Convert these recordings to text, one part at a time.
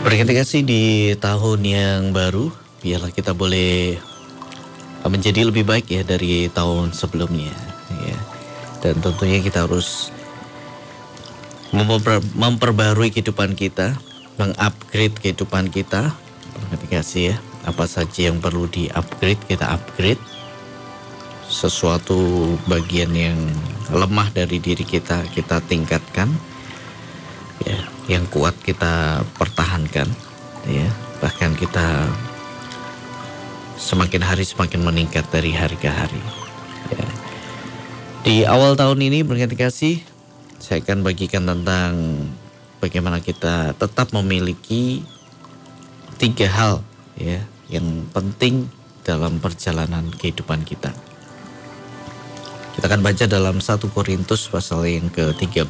Berterima kasih di tahun yang baru, biarlah kita boleh menjadi lebih baik ya dari tahun sebelumnya. Ya. Dan tentunya kita harus memperbarui kehidupan kita, mengupgrade kehidupan kita. Berterima kasih ya, apa saja yang perlu di-upgrade, kita upgrade. Sesuatu bagian yang lemah dari diri kita tingkatkan. Ya, yang kuat kita pertahankan, ya. Bahkan kita semakin hari semakin meningkat dari hari ke hari. Ya. Di awal tahun ini berganti kasih, saya akan bagikan tentang bagaimana kita tetap memiliki 3 hal ya yang penting dalam perjalanan kehidupan kita. Kita akan baca dalam 1 Korintus pasal yang ke-13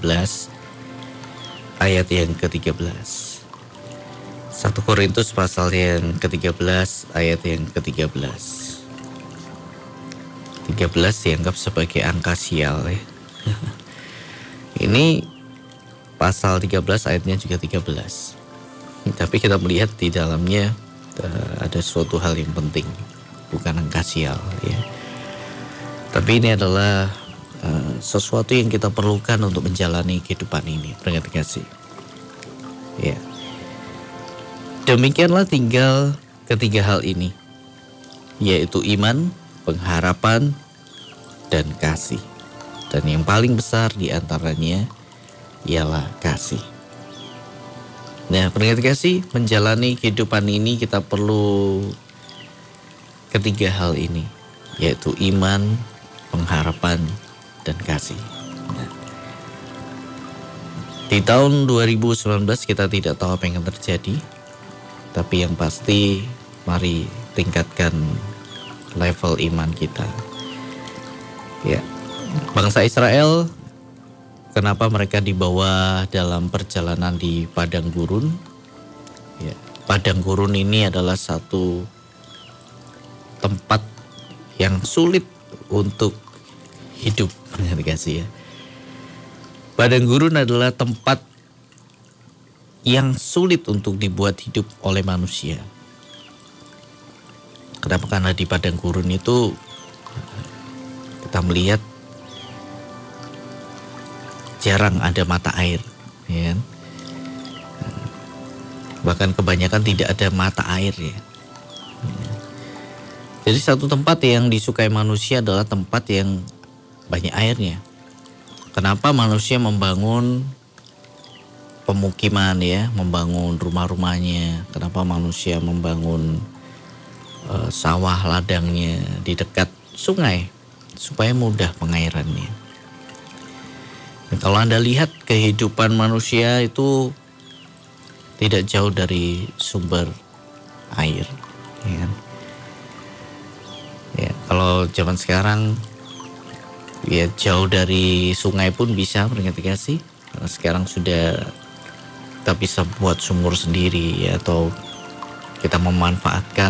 ayat yang ke-13. 1 Korintus pasal yang ke-13 ayat yang ke-13. 13 dianggap sebagai angka sial ya. Ini pasal 13 ayatnya juga 13. Tapi kita melihat di dalamnya ada suatu hal yang penting, bukan angka sial ya. Tapi ini adalah sesuatu yang kita perlukan untuk menjalani kehidupan ini. Berterima kasih. Ya. Demikianlah tinggal ketiga hal ini, yaitu iman, pengharapan, dan kasih. Dan yang paling besar di antaranya ialah kasih. Nah, berterima kasih, menjalani kehidupan ini kita perlu ketiga hal ini, yaitu iman, pengharapan, dan kasih. Nah, di tahun 2019 kita tidak tahu apa yang akan terjadi, tapi yang pasti mari tingkatkan level iman kita. Ya, bangsa Israel, kenapa mereka dibawa dalam perjalanan di padang gurun? Ya, padang gurun ini adalah satu tempat yang sulit untuk hidup. Terima kasih ya. Padang gurun adalah tempat yang sulit untuk dibuat hidup oleh manusia. Kenapa? Karena di padang gurun itu kita melihat jarang ada mata air, ya. Bahkan kebanyakan tidak ada mata air ya. Jadi satu tempat yang disukai manusia adalah tempat yang banyak airnya. Kenapa manusia membangun pemukiman ya, membangun rumah-rumahnya? Kenapa manusia membangun sawah ladangnya di dekat sungai? Supaya mudah pengairannya. Dan kalau Anda lihat kehidupan manusia itu tidak jauh dari sumber air, ya. Ya, kalau zaman sekarang ya jauh dari sungai pun bisa, berterima kasih. Karena sekarang sudah kita bisa buat sumur sendiri ya, atau kita memanfaatkan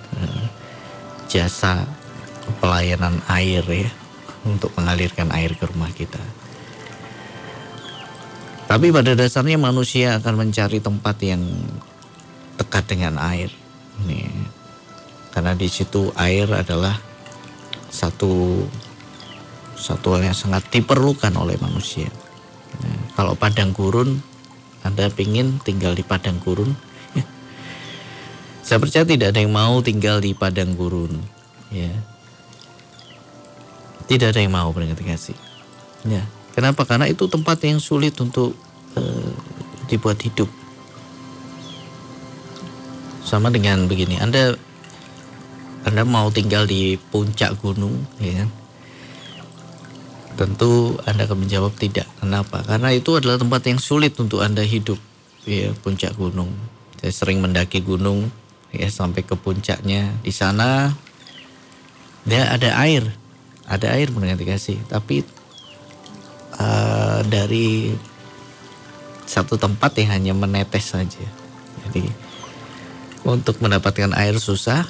jasa pelayanan air ya untuk mengalirkan air ke rumah kita. Tapi pada dasarnya manusia akan mencari tempat yang dekat dengan air. Nih, karena di situ air adalah satu hal yang sangat diperlukan oleh manusia. Nah, kalau padang gurun, Anda ingin tinggal di padang gurun? Ya. Saya percaya tidak ada yang mau tinggal di padang gurun. Ya. Tidak ada yang mau, berterima kasih. Ya. Kenapa? Karena itu tempat yang sulit untuk dibuat hidup. Sama dengan begini, Anda mau tinggal di puncak gunung, ya kan? Tentu Anda akan menjawab tidak. Kenapa? Karena itu adalah tempat yang sulit untuk Anda hidup, ya, puncak gunung. Saya sering mendaki gunung, ya, sampai ke puncaknya. Di sana dia ada air mendengar dikasih, tapi dari satu tempat yang hanya menetes saja. Jadi untuk mendapatkan air susah,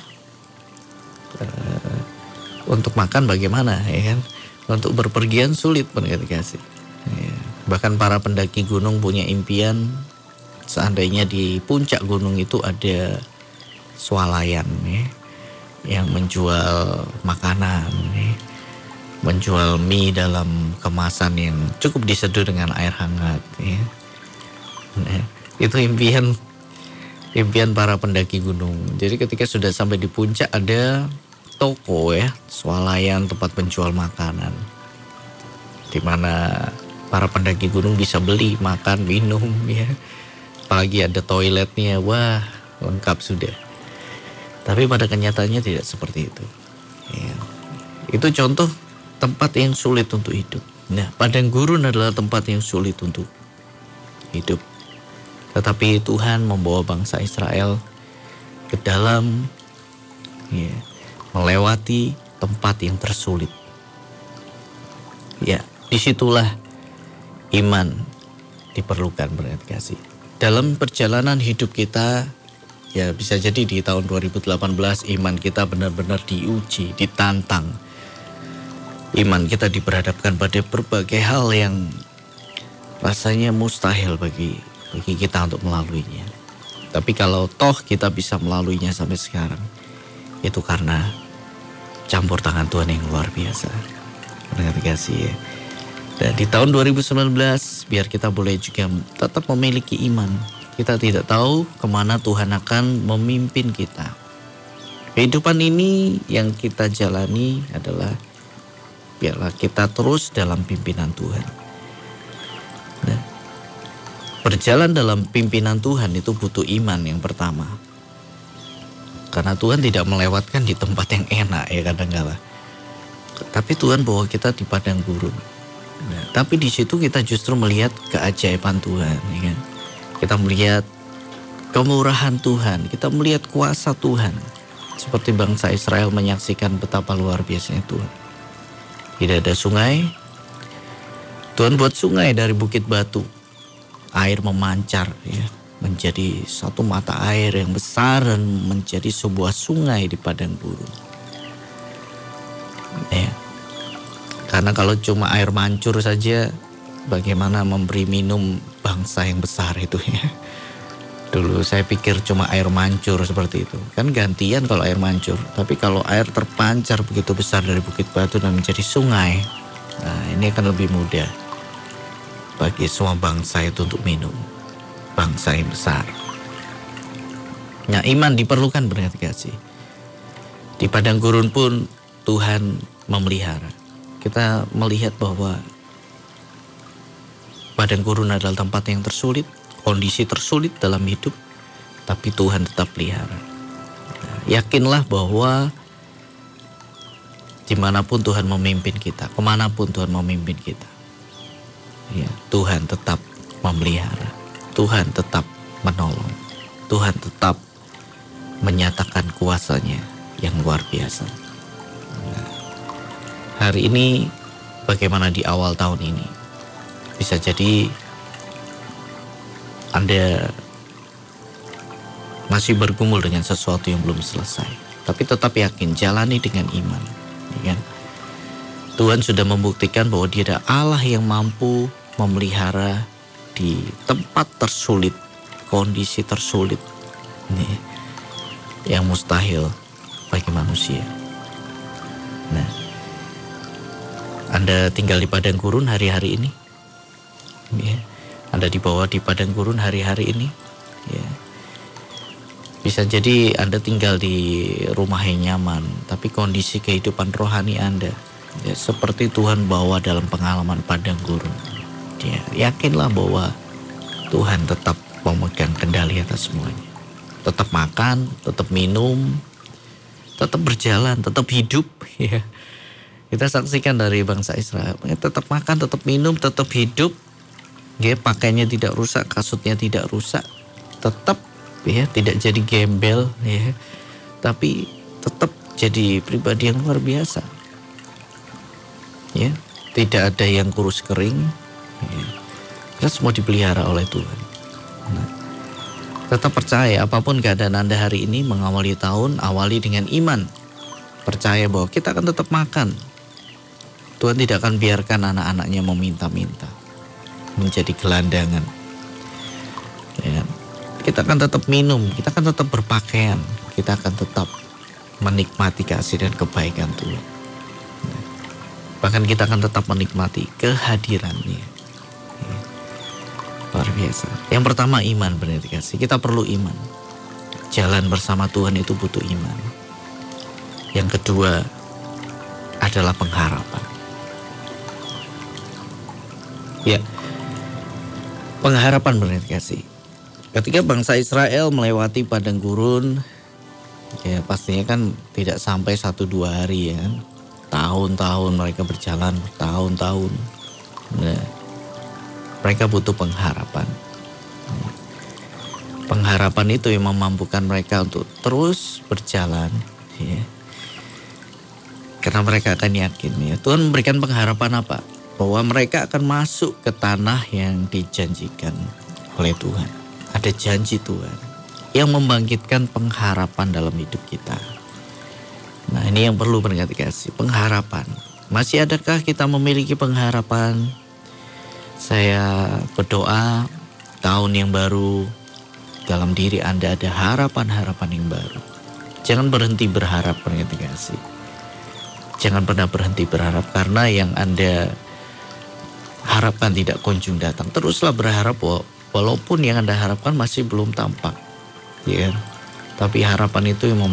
untuk makan bagaimana, ya kan? Untuk berpergian sulit, mendengar dikasih. Ya. Bahkan para pendaki gunung punya impian seandainya di puncak gunung itu ada swalayan ya, yang menjual makanan ya, menjual mie dalam kemasan yang cukup diseduh dengan air hangat ya. Nah, itu impian para pendaki gunung. Jadi ketika sudah sampai di puncak ada toko ya, swalayan, tempat penjual makanan, di mana para pendaki gunung bisa beli, makan, minum ya. Apalagi ada toiletnya, wah lengkap sudah. Tapi pada kenyataannya tidak seperti itu ya. Itu contoh tempat yang sulit untuk hidup. Nah, padang gurun adalah tempat yang sulit untuk hidup. Tetapi Tuhan membawa bangsa Israel ke dalam ya, melewati tempat yang tersulit. Ya, disitulah iman diperlukan, berkat kasih. Dalam perjalanan hidup kita, ya bisa jadi di tahun 2018 iman kita benar-benar diuji, ditantang. Iman kita diperhadapkan pada berbagai hal yang rasanya mustahil bagi kita untuk melaluinya. Tapi kalau toh kita bisa melaluinya sampai sekarang, itu karena campur tangan Tuhan yang luar biasa. Berkat kasih ya. Dan di tahun 2019 biar kita boleh juga tetap memiliki iman. Kita tidak tahu kemana Tuhan akan memimpin kita. Kehidupan ini yang kita jalani adalah biarlah kita terus dalam pimpinan Tuhan. Nah, berjalan dalam pimpinan Tuhan itu butuh iman yang pertama. Karena Tuhan tidak melewatkan di tempat yang enak ya kadang-kala. Tapi Tuhan bawa kita di padang gurun. Nah, tapi di situ kita justru melihat keajaiban Tuhan, ya kan? Kita melihat kemurahan Tuhan, kita melihat kuasa Tuhan. Seperti bangsa Israel menyaksikan betapa luar biasanya Tuhan. Tidak ada sungai, Tuhan buat sungai dari bukit batu. Air memancar ya, menjadi satu mata air yang besar dan menjadi sebuah sungai di padang gurun. Ya. Karena kalau cuma air mancur saja, bagaimana memberi minum bangsa yang besar itu ya. Dulu saya pikir cuma air mancur seperti itu. Kan gantian kalau air mancur. Tapi kalau air terpancar begitu besar dari bukit batu dan menjadi sungai, nah ini akan lebih mudah bagi semua bangsa itu untuk minum. Bangsa yang besar. Nah, iman diperlukan, berkat kasih. Di padang gurun pun Tuhan memelihara. Kita melihat bahwa padang gurun adalah tempat yang tersulit, kondisi tersulit dalam hidup, tapi Tuhan tetap pelihara. Nah, yakinlah bahwa dimanapun Tuhan memimpin kita, kemanapun Tuhan memimpin kita, ya, Tuhan tetap memelihara, Tuhan tetap menolong, Tuhan tetap menyatakan kuasanya yang luar biasa. Hari ini bagaimana di awal tahun ini? Bisa jadi Anda masih bergumul dengan sesuatu yang belum selesai. Tapi tetap yakin, jalani dengan iman. Ya kan? Tuhan sudah membuktikan bahwa Dia adalah Allah yang mampu memelihara di tempat tersulit, kondisi tersulit. Ini yang mustahil bagi manusia. Nah, Anda tinggal di padang gurun hari-hari ini, ya. Anda dibawa di padang gurun hari-hari ini, ya. Bisa jadi Anda tinggal di rumah yang nyaman, tapi kondisi kehidupan rohani Anda, ya, seperti Tuhan bawa dalam pengalaman padang gurun. Ya, yakinlah bahwa Tuhan tetap memegang kendali atas semuanya. Tetap makan, tetap minum, tetap berjalan, tetap hidup, ya. Kita saksikan dari bangsa Israel, tetap makan, tetap minum, tetap hidup, ya, pakainya tidak rusak, kasutnya tidak rusak, tetap ya tidak jadi gembel, ya, tapi tetap jadi pribadi yang luar biasa, ya, tidak ada yang kurus kering, ya. Kita semua dipelihara oleh Tuhan. Nah, tetap percaya apapun keadaan Anda hari ini mengawali tahun, awali dengan iman, percaya bahwa kita akan tetap makan. Tuhan tidak akan biarkan anak-anaknya meminta-minta, menjadi gelandangan. Ya. kita akan tetap minum, kita akan tetap berpakaian, kita akan tetap menikmati kasih dan kebaikan Tuhan. Bahkan kita akan tetap menikmati kehadirannya. Luar biasa. Yang pertama iman, benar kasih. Kita perlu iman. Jalan bersama Tuhan itu butuh iman. Yang kedua adalah pengharapan. Ya, pengharapan, benar kasih. Ketika bangsa Israel melewati padang gurun, ya pastinya kan tidak sampai 1-2 hari ya kan. Tahun-tahun mereka berjalan, bertahun-tahun. Nah, mereka butuh pengharapan. Pengharapan itu yang memampukan mereka untuk terus berjalan. Ya. Karena mereka akan yakin ya, Tuhan memberikan pengharapan apa? Bahwa mereka akan masuk ke tanah yang dijanjikan oleh Tuhan. Ada janji Tuhan yang membangkitkan pengharapan dalam hidup kita. Nah, ini yang perlu berkat kasih, pengharapan. Masih adakah kita memiliki pengharapan? Saya berdoa tahun yang baru dalam diri Anda ada harapan-harapan yang baru. Jangan berhenti berharap, berkat kasih. Jangan pernah berhenti berharap karena yang Anda harapkan tidak kunjung datang. Teruslah berharap walaupun yang Anda harapkan masih belum tampak. Ya. Tapi harapan itu yang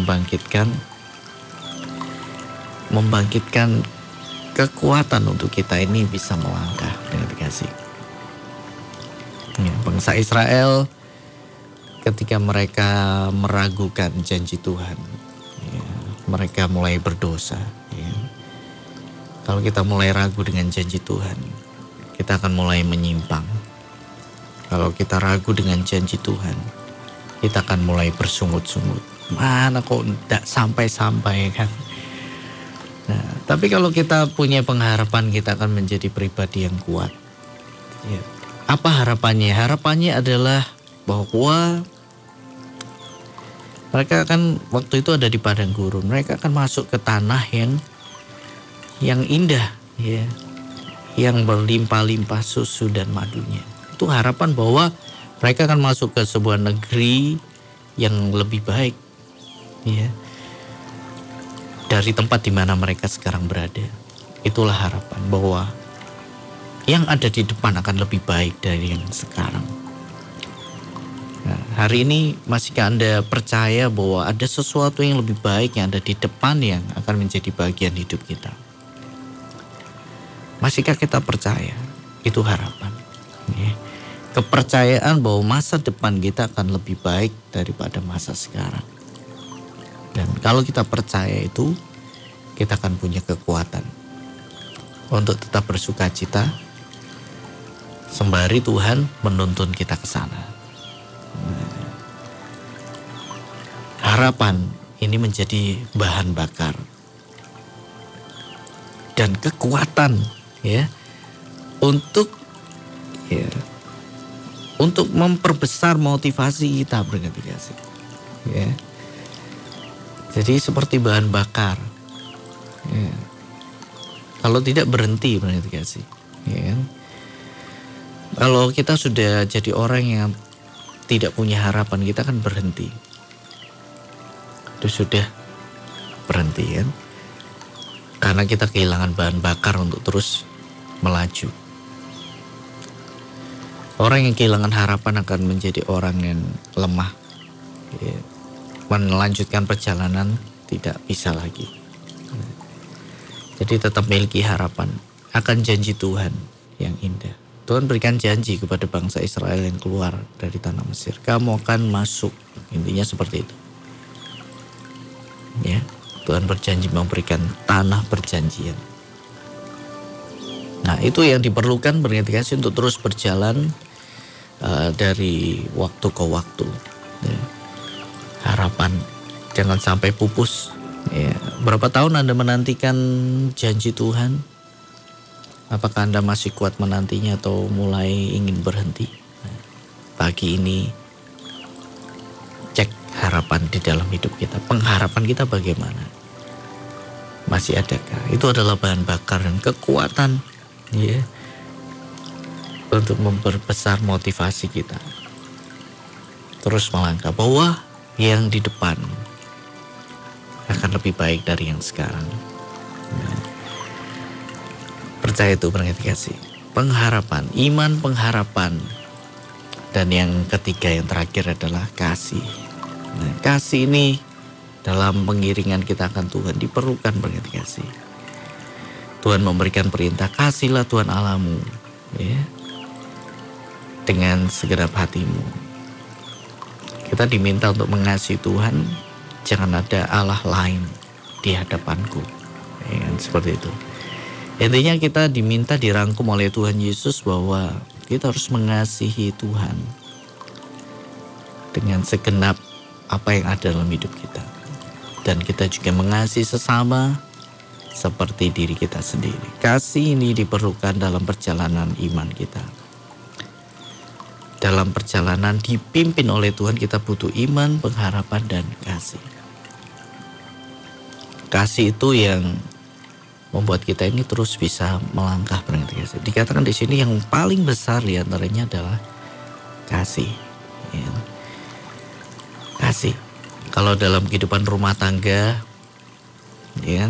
membangkitkan kekuatan untuk kita ini bisa melangkah dengan dikasih. Ya, bangsa Israel ketika mereka meragukan janji Tuhan, ya, mereka mulai berdosa. Ya. Kalau kita mulai ragu dengan janji Tuhan, kita akan mulai menyimpang. Kalau kita ragu dengan janji Tuhan, kita akan mulai bersungut-sungut. Mana kok tidak sampai-sampai kan? Nah, tapi kalau kita punya pengharapan, kita akan menjadi pribadi yang kuat. Ya. Apa harapannya? Harapannya adalah bahwa mereka akan waktu itu ada di padang gurun. Mereka akan masuk ke tanah yang indah, ya, yang berlimpah-limpah susu dan madunya. Itu harapan bahwa mereka akan masuk ke sebuah negeri yang lebih baik, ya, dari tempat di mana mereka sekarang berada. Itulah harapan bahwa yang ada di depan akan lebih baik dari yang sekarang. Nah, hari ini masihkah Anda percaya bahwa ada sesuatu yang lebih baik yang ada di depan yang akan menjadi bagian hidup kita? Masihkah kita percaya? Itu harapan. Ya. Kepercayaan bahwa masa depan kita akan lebih baik daripada masa sekarang. Dan kalau kita percaya itu, kita akan punya kekuatan untuk tetap bersuka cita sembari Tuhan menuntun kita ke sana. Harapan ini menjadi bahan bakar dan kekuatan, ya, untuk memperbesar motivasi kita berkat kasih. Ya. Jadi seperti bahan bakar. Ya. Kalau tidak berhenti berkat kasih. Ya. Kalau kita sudah jadi orang yang tidak punya harapan, kita kan berhenti. Itu sudah berhenti kan. Karena kita kehilangan bahan bakar untuk terus melaju. Orang yang kehilangan harapan akan menjadi orang yang lemah. Ya. Melanjutkan perjalanan tidak bisa lagi. Jadi tetap miliki harapan akan janji Tuhan yang indah. Tuhan berikan janji kepada bangsa Israel yang keluar dari tanah Mesir. Kamu akan masuk. Intinya seperti itu. Ya, Tuhan berjanji memberikan tanah perjanjian. Nah, itu yang diperlukan berkat kasih untuk terus berjalan dari waktu ke waktu. Ya. Harapan jangan sampai pupus. Ya. Berapa tahun Anda menantikan janji Tuhan? Apakah Anda masih kuat menantinya atau mulai ingin berhenti? Nah, pagi ini cek harapan di dalam hidup kita. Pengharapan kita bagaimana? Masih adakah? Itu adalah bahan bakar dan kekuatan, ya, untuk memperbesar motivasi kita. terus melangkah bahwa yang di depan akan lebih baik dari yang sekarang. Nah, percaya itu berarti kasih. Pengharapan, iman, pengharapan. Dan yang ketiga yang terakhir adalah kasih. Nah, kasih ini dalam pengiringan kita akan Tuhan diperlukan berarti kasih. Tuhan memberikan perintah, kasihlah Tuhan Allahmu, ya, dengan segenap hatimu. Kita diminta untuk mengasihi Tuhan, jangan ada Allah lain di hadapanku, ya kan, seperti itu. Intinya kita diminta dirangkum oleh Tuhan Yesus bahwa kita harus mengasihi Tuhan dengan segenap apa yang ada dalam hidup kita. Dan kita juga mengasihi sesama seperti diri kita sendiri. Kasih ini diperlukan dalam perjalanan iman kita. Dalam perjalanan dipimpin oleh Tuhan kita butuh iman, pengharapan, dan kasih. Kasih itu yang membuat kita ini terus bisa melangkah berarti kasih. Dikatakan di sini yang paling besar diantaranya adalah kasih. Ya. Kasih. Kalau dalam kehidupan rumah tangga, ya,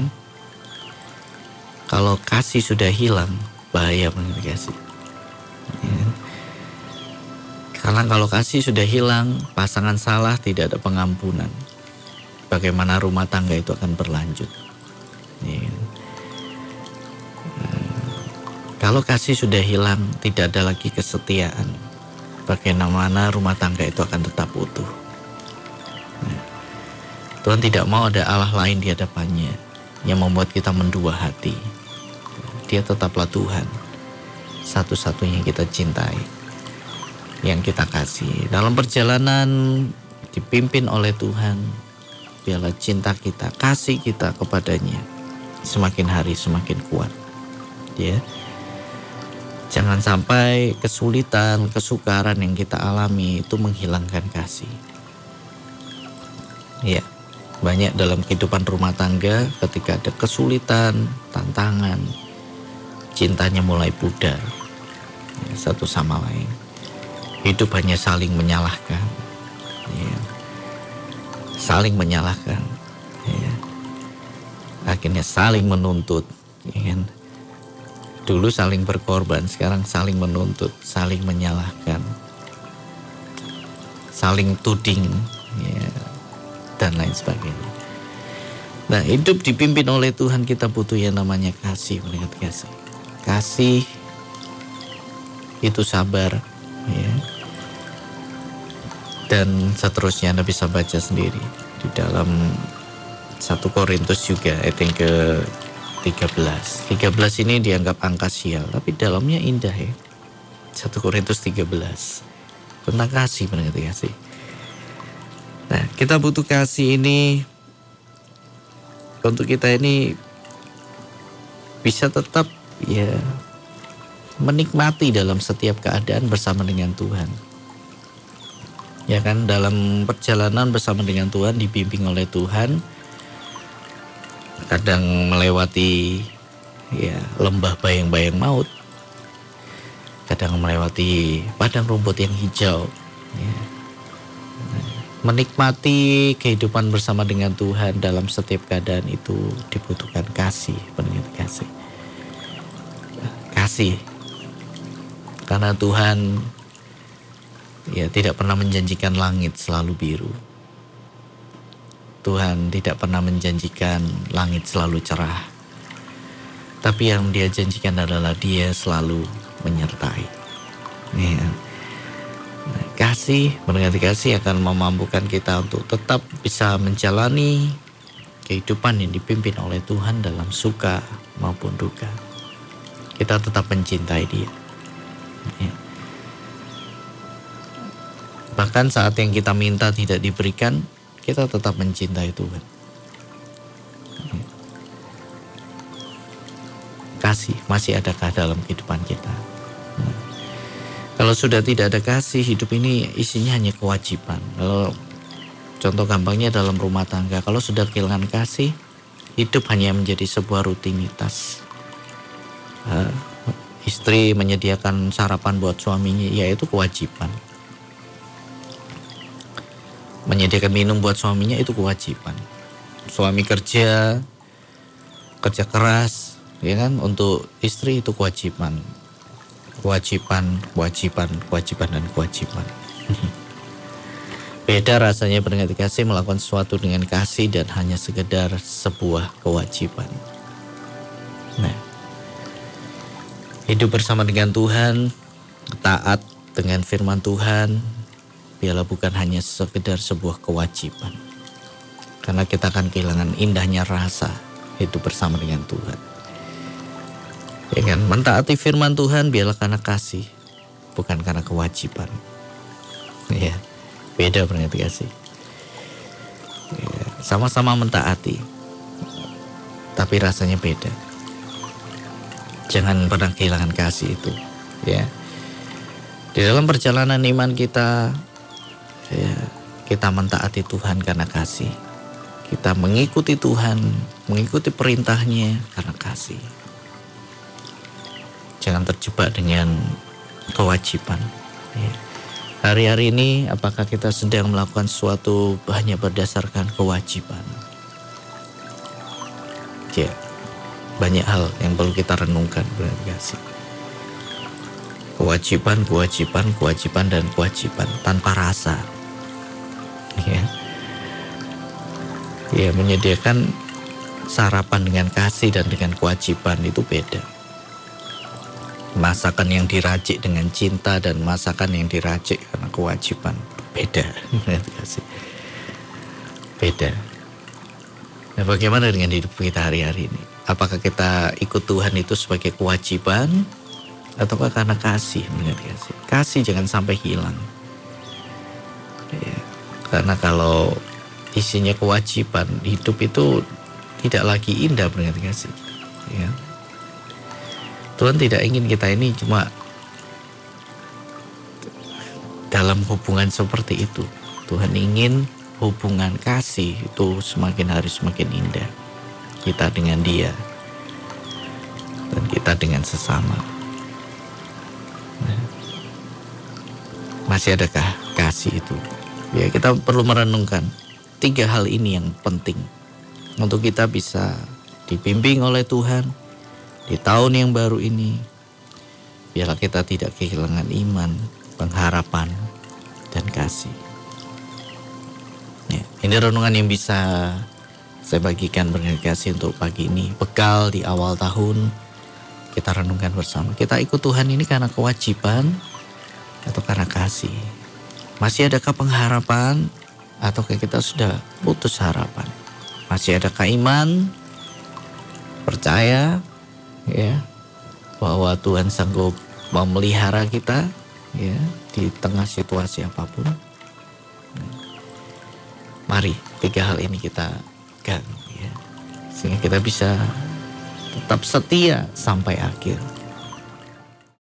kalau kasih sudah hilang, bahaya berarti kasih. Ya. Karena kalau kasih sudah hilang, pasangan salah, tidak ada pengampunan. Bagaimana rumah tangga itu akan berlanjut. Ya. Kalau kasih sudah hilang, tidak ada lagi kesetiaan. Bagaimana rumah tangga itu akan tetap utuh. Nah, Tuhan tidak mau ada Allah lain di hadapannya yang membuat kita mendua hati. Dia tetaplah Tuhan, satu-satunya yang kita cintai, yang kita kasih. Dalam perjalanan dipimpin oleh Tuhan, biarlah cinta kita, kasih kita kepadanya semakin hari semakin kuat. Ya. Jangan sampai kesulitan, kesukaran yang kita alami itu menghilangkan kasih. Ya, banyak dalam kehidupan rumah tangga ketika ada kesulitan, tantangan, cintanya mulai pudar, ya, satu sama lain. Hidup hanya saling menyalahkan, ya, saling menyalahkan, ya. Akhirnya saling menuntut, ya kan? Dulu saling berkorban, sekarang saling menuntut, saling menyalahkan, saling tuding, ya, dan lain sebagainya. Nah, hidup dipimpin oleh Tuhan kita butuh yang namanya kasih, mengingat kasih. Kasih itu sabar, ya. Dan seterusnya Anda bisa baca sendiri di dalam 1 Korintus juga ayat yang ke 13 ini dianggap angka sial, tapi dalamnya indah ya. 1 Korintus 13 tentang kasih, mengerti kasih. Nah, kita butuh kasih ini untuk kita ini bisa tetap ya menikmati dalam setiap keadaan bersama dengan Tuhan. Ya kan, dalam perjalanan bersama dengan Tuhan, dibimbing oleh Tuhan, kadang melewati ya lembah bayang-bayang maut, kadang melewati padang rumput yang hijau, ya. Menikmati kehidupan bersama dengan Tuhan dalam setiap keadaan itu dibutuhkan kasih, penuh kasih. Kasih, karena Tuhan ya tidak pernah menjanjikan langit selalu biru. Tuhan tidak pernah menjanjikan langit selalu cerah. Tapi yang Dia janjikan adalah Dia selalu menyertai. Ya. Nah, kasih, mengerti kasih akan memampukan kita untuk tetap bisa menjalani kehidupan yang dipimpin oleh Tuhan dalam suka maupun duka. Kita tetap mencintai Dia. Ya. Bahkan saat yang kita minta tidak diberikan, kita tetap mencintai Tuhan. Kasih masih adakah dalam kehidupan kita? Kalau sudah tidak ada kasih, hidup ini isinya hanya kewajiban. Kalau contoh gampangnya dalam rumah tangga, kalau sudah kehilangan kasih, hidup hanya menjadi sebuah rutinitas. Istri menyediakan sarapan buat suaminya, yaitu kewajiban. Menyediakan minum buat suaminya itu kewajiban. Suami kerja keras, ya kan, untuk istri itu kewajiban. Kewajiban, dan kewajiban. Beda rasanya berarti kasih melakukan sesuatu dengan kasih dan hanya sekedar sebuah kewajiban. Nah, hidup bersama dengan Tuhan, taat dengan firman Tuhan, biarlah bukan hanya sekedar sebuah kewajiban. Karena kita akan kehilangan indahnya rasa hidup bersama dengan Tuhan. Ya kan, mentaati firman Tuhan biarlah karena kasih, bukan karena kewajiban. Ya. Beda berarti kasih. Ya, sama-sama mentaati, tapi rasanya beda. Jangan pernah kehilangan kasih itu. Ya, di dalam perjalanan iman kita, ya, kita mentaati Tuhan karena kasih. Kita mengikuti Tuhan, mengikuti perintahnya karena kasih. Jangan terjebak dengan kewajiban. Ya. Hari-hari ini apakah kita sedang melakukan sesuatu hanya berdasarkan kewajiban? Ya, banyak hal yang perlu kita renungkan berarti kasih. Kewajiban dan kewajiban tanpa rasa. Ya, menyediakan sarapan dengan kasih dan dengan kewajiban itu beda. Masakan yang diracik dengan cinta dan masakan yang diracik karena kewajiban beda. Beda. Nah, bagaimana dengan hidup kita hari-hari ini? Apakah kita ikut Tuhan itu sebagai kewajiban ataukah karena kasih? Kasih jangan sampai hilang. Ya, karena kalau isinya kewajiban, hidup itu tidak lagi indah, berarti kasih. Ya. Tuhan tidak ingin kita ini cuma dalam hubungan seperti itu. Tuhan ingin hubungan kasih itu semakin hari semakin indah. Kita dengan Dia dan kita dengan sesama. Nah, masih adakah kasih itu? Ya, kita perlu merenungkan 3 hal ini yang penting untuk kita bisa dibimbing oleh Tuhan di tahun yang baru ini. Biarlah kita tidak kehilangan iman, pengharapan, dan kasih. Ya, ini renungan yang bisa saya bagikan kasih untuk pagi ini. Bekal di awal tahun, kita renungkan bersama. Kita ikut Tuhan ini karena kewajiban atau karena kasih? Masih adakah pengharapan ataukah kita sudah putus harapan? Masih adakah iman, percaya, ya, bahwa Tuhan sanggup memelihara kita, ya, di tengah situasi apapun? Mari 3 hal ini kita pegang, ya, sehingga kita bisa tetap setia sampai akhir.